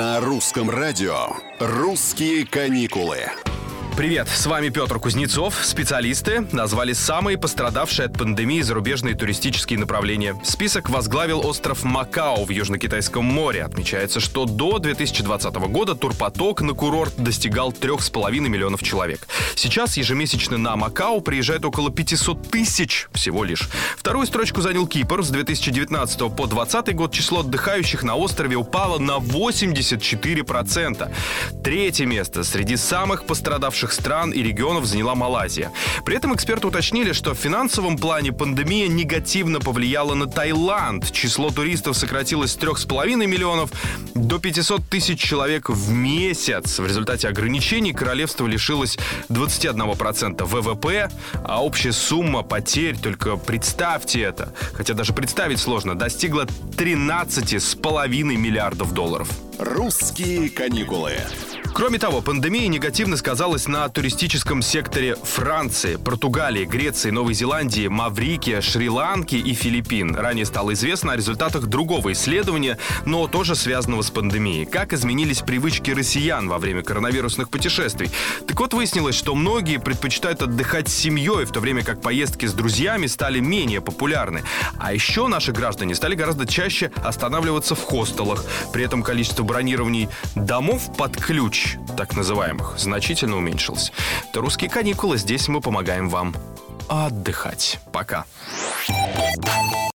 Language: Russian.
На русском радио «Русские каникулы». Привет, с вами Петр Кузнецов. Специалисты назвали самые пострадавшие от пандемии зарубежные туристические направления. Список возглавил остров Макао в Южно-Китайском море. Отмечается, что до 2020 года турпоток на курорт достигал 3,5 миллионов человек. Сейчас ежемесячно на Макао приезжает около 500 тысяч всего лишь. Вторую строчку занял Кипр. С 2019 по 2020 год число отдыхающих на острове упало на 84%. Третье место среди самых пострадавших стран и регионов заняла Малайзия. При этом эксперты уточнили, что в финансовом плане пандемия негативно повлияла на Таиланд. Число туристов сократилось с 3,5 миллионов до 500 тысяч человек в месяц. В результате ограничений королевство лишилось 21% ВВП, а общая сумма потерь, только представьте это, хотя даже представить сложно, достигла 13,5 миллиардов долларов. «Русские каникулы». Кроме того, пандемия негативно сказалась на туристическом секторе Франции, Португалии, Греции, Новой Зеландии, Маврикии, Шри-Ланки и Филиппин. Ранее стало известно о результатах другого исследования, но тоже связанного с пандемией. Как изменились привычки россиян во время коронавирусных путешествий. Так вот, выяснилось, что многие предпочитают отдыхать с семьей, в то время как поездки с друзьями стали менее популярны. А еще наши граждане стали гораздо чаще останавливаться в хостелах. При этом количество бронирований домов под ключ, так называемых, значительно уменьшилось. Это «Русские каникулы». Здесь мы помогаем вам отдыхать. Пока.